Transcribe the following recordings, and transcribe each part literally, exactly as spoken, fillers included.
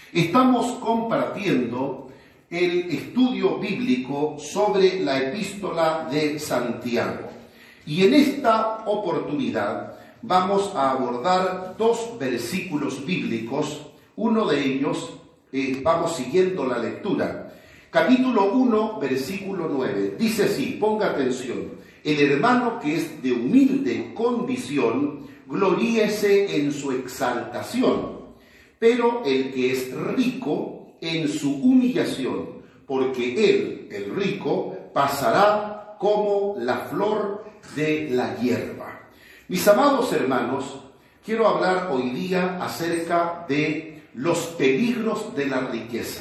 Estamos compartiendo el estudio bíblico sobre la epístola de Santiago. Y en esta oportunidad vamos a abordar dos versículos bíblicos. Uno de ellos, eh, vamos siguiendo la lectura. Capítulo uno, versículo nueve. Dice así, ponga atención. El hermano que es de humilde condición, gloríese en su exaltación. Pero el que es rico en su humillación, porque él, el rico, pasará como la flor de la hierba. Mis amados hermanos, quiero hablar hoy día acerca de los peligros de la riqueza.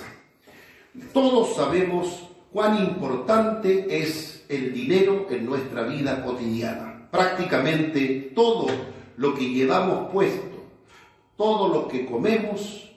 Todos sabemos cuán importante es el dinero en nuestra vida cotidiana. Prácticamente todo lo que llevamos puesto, todo lo que comemos,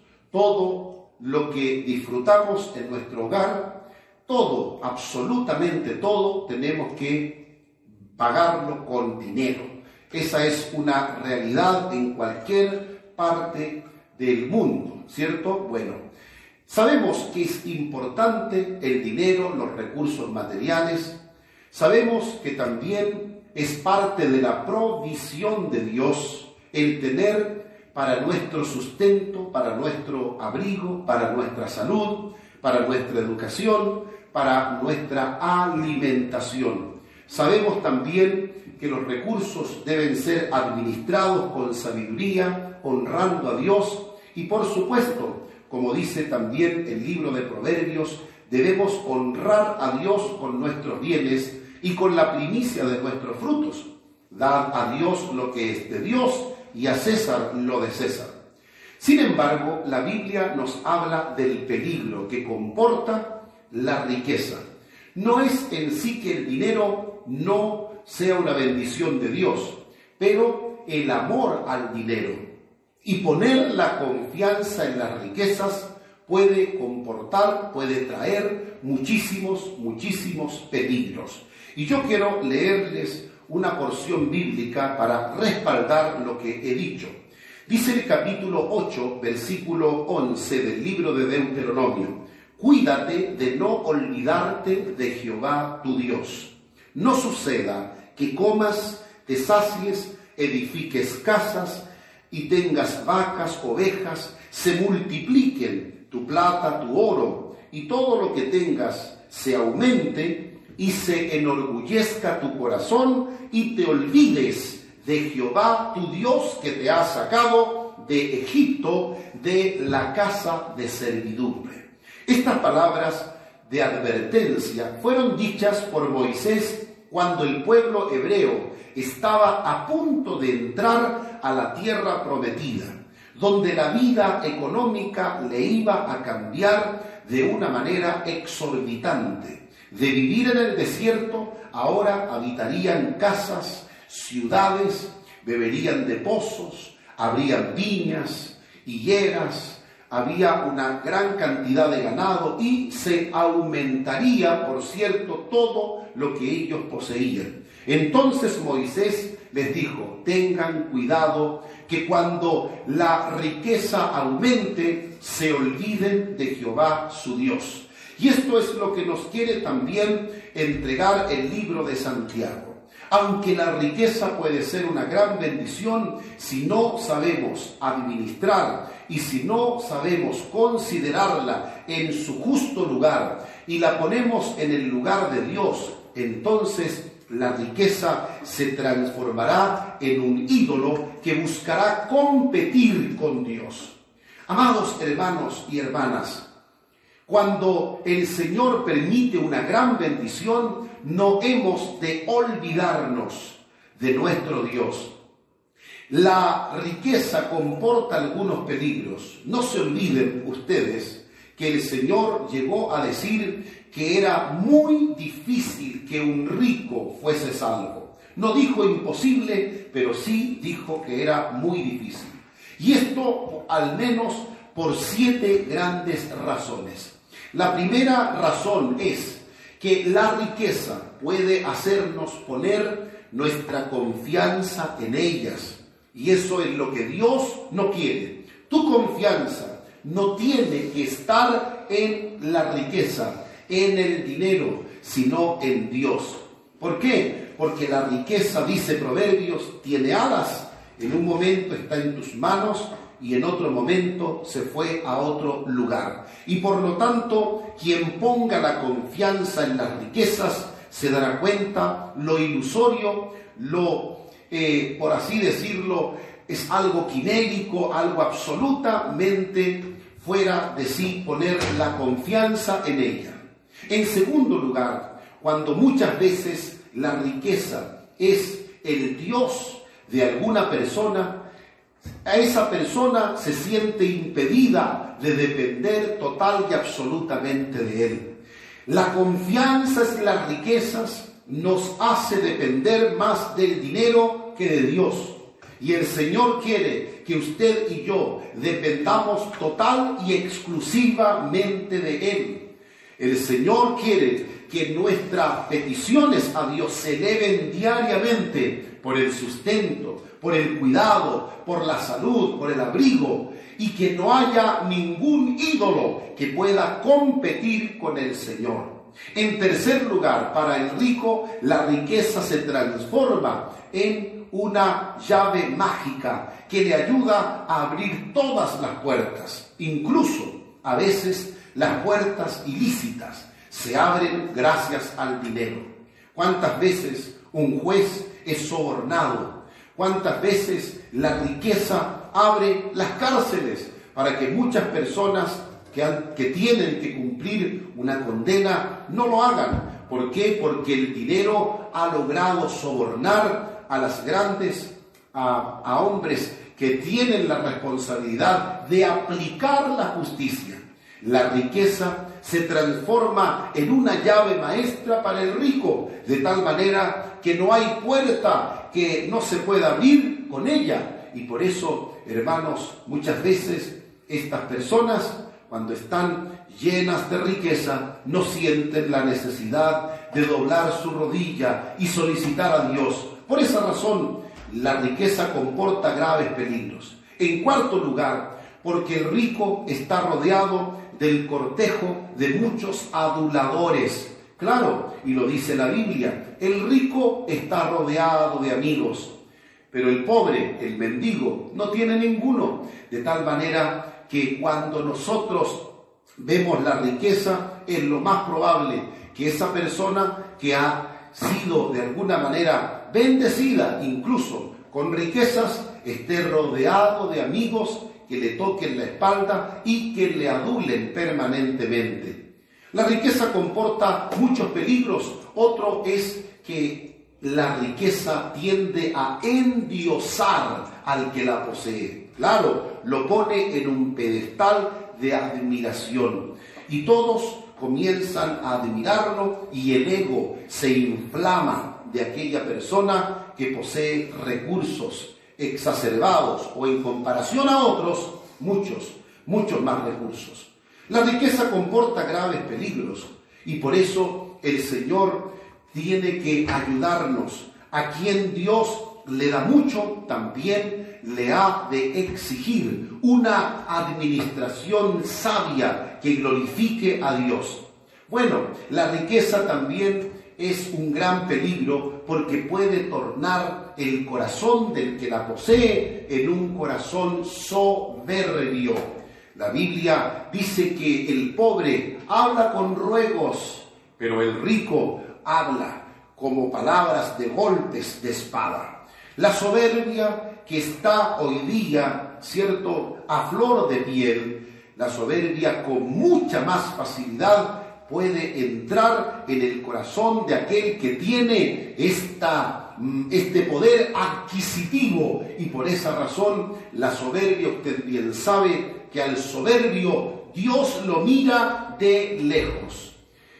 todo lo que disfrutamos en nuestro hogar, todo, absolutamente todo, tenemos que pagarlo con dinero. Esa es una realidad en cualquier parte del mundo, ¿cierto? Bueno, sabemos que es importante el dinero, los recursos materiales. Sabemos que también es parte de la provisión de Dios el tener para nuestro sustento, para nuestro abrigo, para nuestra salud, para nuestra educación, para nuestra alimentación. Sabemos también que los recursos deben ser administrados con sabiduría, honrando a Dios y, por supuesto, como dice también el libro de Proverbios, debemos honrar a Dios con nuestros bienes y con la primicia de nuestros frutos. Dad a Dios lo que es de Dios y a César lo de César. Sin embargo, la Biblia nos habla del peligro que comporta la riqueza. No es en sí que el dinero no sea una bendición de Dios, pero el amor al dinero y poner la confianza en las riquezas puede comportar, puede traer muchísimos, muchísimos peligros. Y yo quiero leerles una porción bíblica para respaldar lo que he dicho. Dice el capítulo ocho, versículo once del libro de Deuteronomio: cuídate de no olvidarte de Jehová tu Dios. No suceda que comas, te sacies, edifiques casas y tengas vacas, ovejas, se multipliquen tu plata, tu oro y todo lo que tengas se aumente y se enorgullezca tu corazón y te olvides de Jehová tu Dios que te ha sacado de Egipto, de la casa de servidumbre. Estas palabras de advertencia fueron dichas por Moisés cuando el pueblo hebreo estaba a punto de entrar a la tierra prometida, donde la vida económica le iba a cambiar de una manera exorbitante. De vivir en el desierto, ahora habitarían casas, ciudades, beberían de pozos, habrían viñas, higueras, había una gran cantidad de ganado y se aumentaría, por cierto, todo lo que ellos poseían. Entonces Moisés les dijo: tengan cuidado que cuando la riqueza aumente, se olviden de Jehová su Dios. Y esto es lo que nos quiere también entregar el libro de Santiago. Aunque la riqueza puede ser una gran bendición, si no sabemos administrar y si no sabemos considerarla en su justo lugar y la ponemos en el lugar de Dios, entonces la riqueza se transformará en un ídolo que buscará competir con Dios. Amados hermanos y hermanas, cuando el Señor permite una gran bendición, no hemos de olvidarnos de nuestro Dios. La riqueza comporta algunos peligros. No se olviden ustedes que el Señor llegó a decir que era muy difícil que un rico fuese salvo. No dijo imposible, pero sí dijo que era muy difícil. Y esto al menos por siete grandes razones. La primera razón es que la riqueza puede hacernos poner nuestra confianza en ellas. Y eso es lo que Dios no quiere. Tu confianza, no tiene que estar en la riqueza, en el dinero, sino en Dios. ¿Por qué? Porque la riqueza, dice Proverbios, tiene alas. En un momento está en tus manos y en otro momento se fue a otro lugar. Y por lo tanto, quien ponga la confianza en las riquezas se dará cuenta lo ilusorio, lo, eh, por así decirlo, es algo quimérico, algo absolutamente fuera de sí poner la confianza en ella. En segundo lugar, cuando muchas veces la riqueza es el Dios de alguna persona, a esa persona se siente impedida de depender total y absolutamente de él. La confianza en las riquezas nos hace depender más del dinero que de Dios. Y el Señor quiere que usted y yo dependamos total y exclusivamente de Él. El Señor quiere que nuestras peticiones a Dios se eleven diariamente por el sustento, por el cuidado, por la salud, por el abrigo, y que no haya ningún ídolo que pueda competir con el Señor. En tercer lugar, para el rico, la riqueza se transforma en una llave mágica que le ayuda a abrir todas las puertas, incluso a veces las puertas ilícitas se abren gracias al dinero. ¿Cuántas veces un juez es sobornado? ¿Cuántas veces la riqueza abre las cárceles para que muchas personas que, han, que tienen que cumplir una condena no lo hagan? ¿Por qué? Porque el dinero ha logrado sobornar a las grandes, a, a hombres que tienen la responsabilidad de aplicar la justicia. La riqueza se transforma en una llave maestra para el rico, de tal manera que no hay puerta que no se pueda abrir con ella. Y por eso, hermanos, muchas veces estas personas, cuando están llenas de riqueza, no sienten la necesidad de doblar su rodilla y solicitar a Dios. Por esa razón, la riqueza comporta graves peligros. En cuarto lugar, porque el rico está rodeado del cortejo de muchos aduladores. Claro, y lo dice la Biblia, el rico está rodeado de amigos, pero el pobre, el mendigo, no tiene ninguno. De tal manera que cuando nosotros vemos la riqueza, es lo más probable que esa persona que ha sido de alguna manera bendecida, incluso con riquezas, esté rodeado de amigos que le toquen la espalda y que le adulen permanentemente. La riqueza comporta muchos peligros. Otro es que la riqueza tiende a endiosar al que la posee. Claro, lo pone en un pedestal de admiración y todos comienzan a admirarlo y el ego se inflama de aquella persona que posee recursos exacerbados o en comparación a otros, muchos, muchos más recursos. La riqueza comporta graves peligros y por eso el Señor tiene que ayudarnos. A quien Dios le da mucho, también le ha de exigir una administración sabia que glorifique a Dios. Bueno, la riqueza también es un gran peligro porque puede tornar el corazón del que la posee en un corazón soberbio. La Biblia dice que el pobre habla con ruegos, pero el rico habla como palabras de golpes de espada. La soberbia que está hoy día, cierto, a flor de piel, la soberbia con mucha más facilidad puede entrar en el corazón de aquel que tiene esta, este poder adquisitivo, y por esa razón la soberbia, usted bien sabe que al soberbio Dios lo mira de lejos.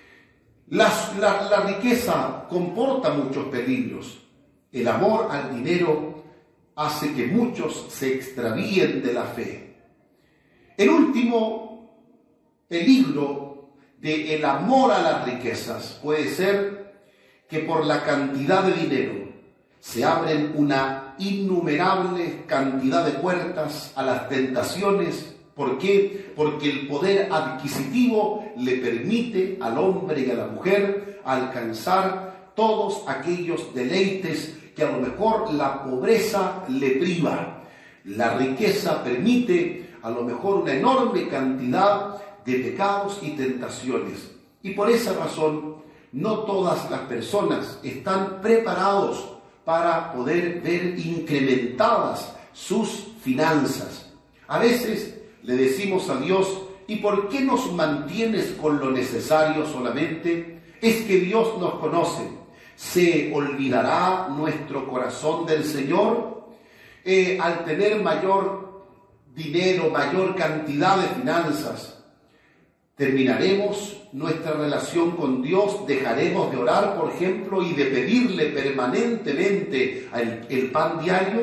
La, la, la riqueza comporta muchos peligros. El amor al dinero hace que muchos se extravíen de la fe. El último peligro del amor a las riquezas puede ser que por la cantidad de dinero se abren una innumerable cantidad de puertas a las tentaciones ¿Por qué? Porque el poder adquisitivo le permite al hombre y a la mujer alcanzar todos aquellos deleites que a lo mejor la pobreza le priva. La riqueza permite a lo mejor una enorme cantidad de pecados y tentaciones. Y por esa razón, no todas las personas están preparados para poder ver incrementadas sus finanzas. A veces le decimos a Dios, ¿y por qué nos mantienes con lo necesario solamente? Es que Dios nos conoce. ¿Se olvidará nuestro corazón del Señor? Eh, al tener mayor dinero, mayor cantidad de finanzas, ¿terminaremos nuestra relación con Dios? ¿Dejaremos de orar, por ejemplo, y de pedirle permanentemente el, el pan diario?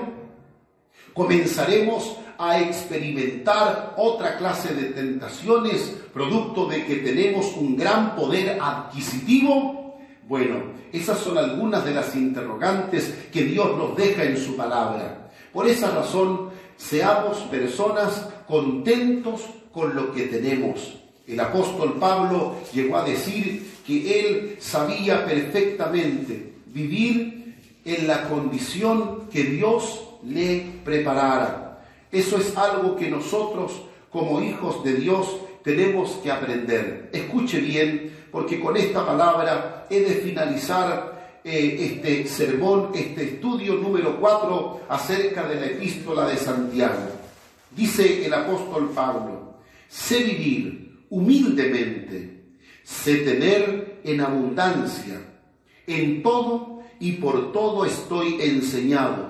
¿Comenzaremos a experimentar otra clase de tentaciones producto de que tenemos un gran poder adquisitivo? Bueno, esas son algunas de las interrogantes que Dios nos deja en su palabra. Por esa razón, seamos personas contentos con lo que tenemos. El apóstol Pablo llegó a decir que él sabía perfectamente vivir en la condición que Dios le preparara. Eso es algo que nosotros, como hijos de Dios, tenemos que aprender. Escuche bien, porque con esta palabra he de finalizar eh, este sermón, este estudio número cuatro acerca de la epístola de Santiago. Dice el apóstol Pablo: sé vivir humildemente, sé tener en abundancia, en todo y por todo estoy enseñado,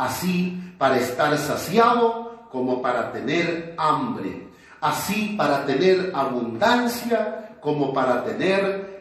así para estar saciado como para tener hambre, así para tener abundancia como para tener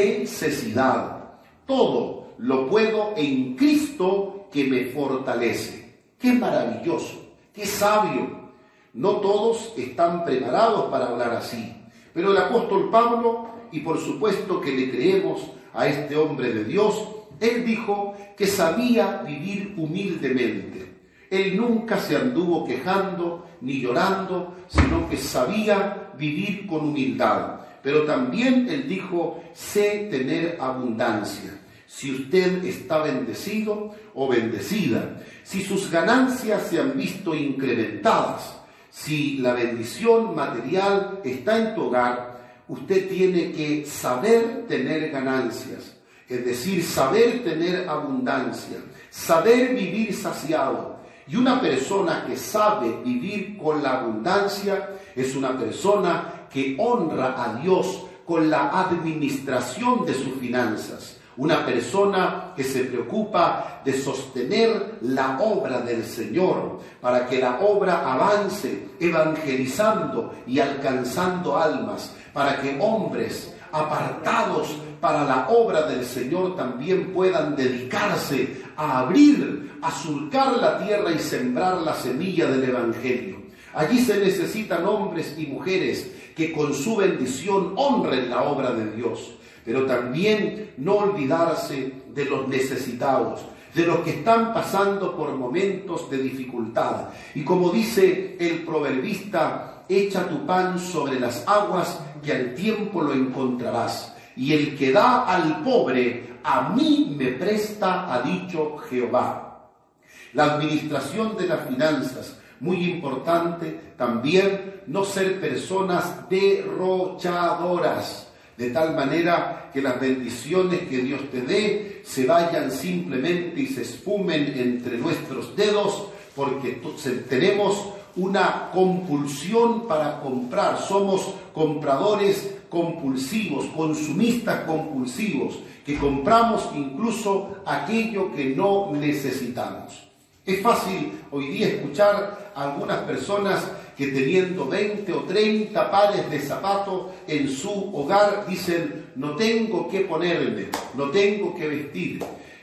necesidad. Todo lo puedo en Cristo que me fortalece. ¡Qué maravilloso! ¡Qué sabio! No todos están preparados para hablar así, pero el apóstol Pablo, y por supuesto que le creemos a este hombre de Dios, él dijo que sabía vivir humildemente. Él nunca se anduvo quejando ni llorando, sino que sabía vivir con humildad. Pero también él dijo, sé tener abundancia. Si usted está bendecido o bendecida, si sus ganancias se han visto incrementadas, si la bendición material está en tu hogar, usted tiene que saber tener ganancias, es decir, saber tener abundancia, saber vivir saciado. Y una persona que sabe vivir con la abundancia es una persona que honra a Dios con la administración de sus finanzas. Una persona que se preocupa de sostener la obra del Señor para que la obra avance evangelizando y alcanzando almas, para que hombres apartados para la obra del Señor también puedan dedicarse a abrir, a surcar la tierra y sembrar la semilla del Evangelio. Allí se necesitan hombres y mujeres que con su bendición honren la obra de Dios, pero también no olvidarse de los necesitados, de los que están pasando por momentos de dificultad. Y como dice el proverbista, echa tu pan sobre las aguas, que al tiempo lo encontrarás. Y el que da al pobre, a mí me presta, ha dicho Jehová. La administración de las finanzas, muy importante también, no ser personas derrochadoras, de tal manera que las bendiciones que Dios te dé se vayan simplemente y se esfumen entre nuestros dedos, porque tenemos una compulsión para comprar, somos compradores compulsivos, consumistas compulsivos, que compramos incluso aquello que no necesitamos. Es fácil hoy día escuchar a algunas personas que teniendo veinte o treinta pares de zapatos en su hogar dicen, no tengo que ponerme, no tengo que vestir,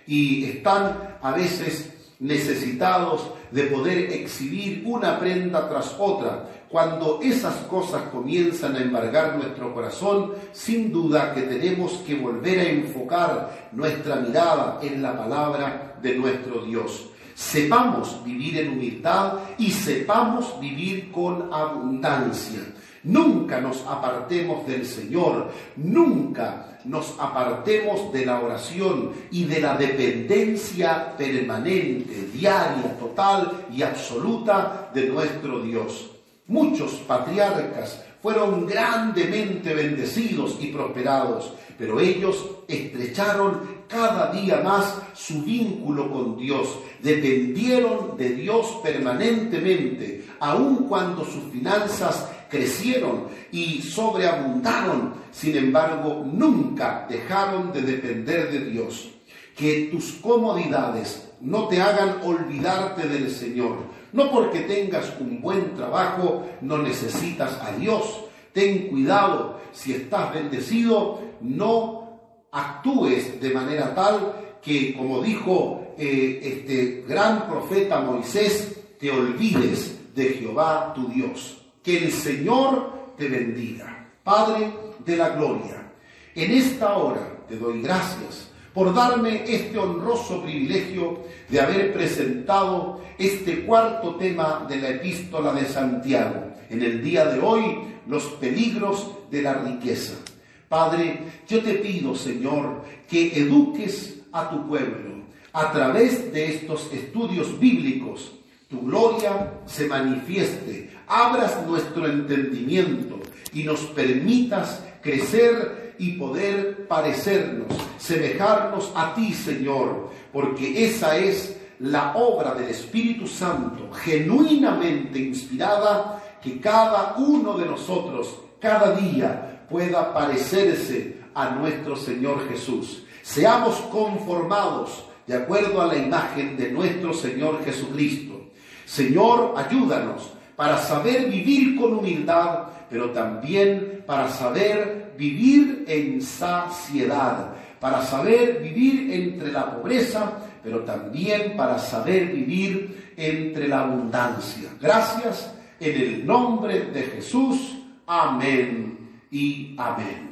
y están a veces necesitados de poder exhibir una prenda tras otra. Cuando esas cosas comienzan a embargar nuestro corazón, sin duda que tenemos que volver a enfocar nuestra mirada en la palabra de nuestro Dios. sepamos vivir en humildad y sepamos vivir con abundancia. Nunca nos apartemos del Señor, nunca nos apartemos de la oración y de la dependencia permanente, diaria, total y absoluta de nuestro Dios. Muchos patriarcas fueron grandemente bendecidos y prosperados, pero ellos estrecharon cada día más su vínculo con Dios, dependieron de Dios permanentemente, aun cuando sus finanzas crecieron y sobreabundaron. Sin embargo, nunca dejaron de depender de Dios. Que tus comodidades no te hagan olvidarte del Señor. No porque tengas un buen trabajo, no necesitas a Dios. Ten cuidado, si estás bendecido, no actúes de manera tal que, como dijo eh, este gran profeta Moisés, te olvides de Jehová tu Dios. Que el Señor te bendiga. Padre de la gloria, en esta hora te doy gracias por darme este honroso privilegio de haber presentado este cuarto tema de la epístola de Santiago. En el día de hoy, los peligros de la riqueza. Padre, yo te pido, Señor, que eduques a tu pueblo a través de estos estudios bíblicos. Tu gloria se manifieste, abras nuestro entendimiento y nos permitas crecer y poder parecernos, semejarnos a ti, Señor, porque esa es la obra del Espíritu Santo, genuinamente inspirada, que cada uno de nosotros, cada día, pueda parecerse a nuestro Señor Jesús. Seamos conformados de acuerdo a la imagen de nuestro Señor Jesucristo. Señor, ayúdanos para saber vivir con humildad, pero también para saber vivir en saciedad, para saber vivir entre la pobreza, pero también para saber vivir entre la abundancia. Gracias en el nombre de Jesús. Amén y amén.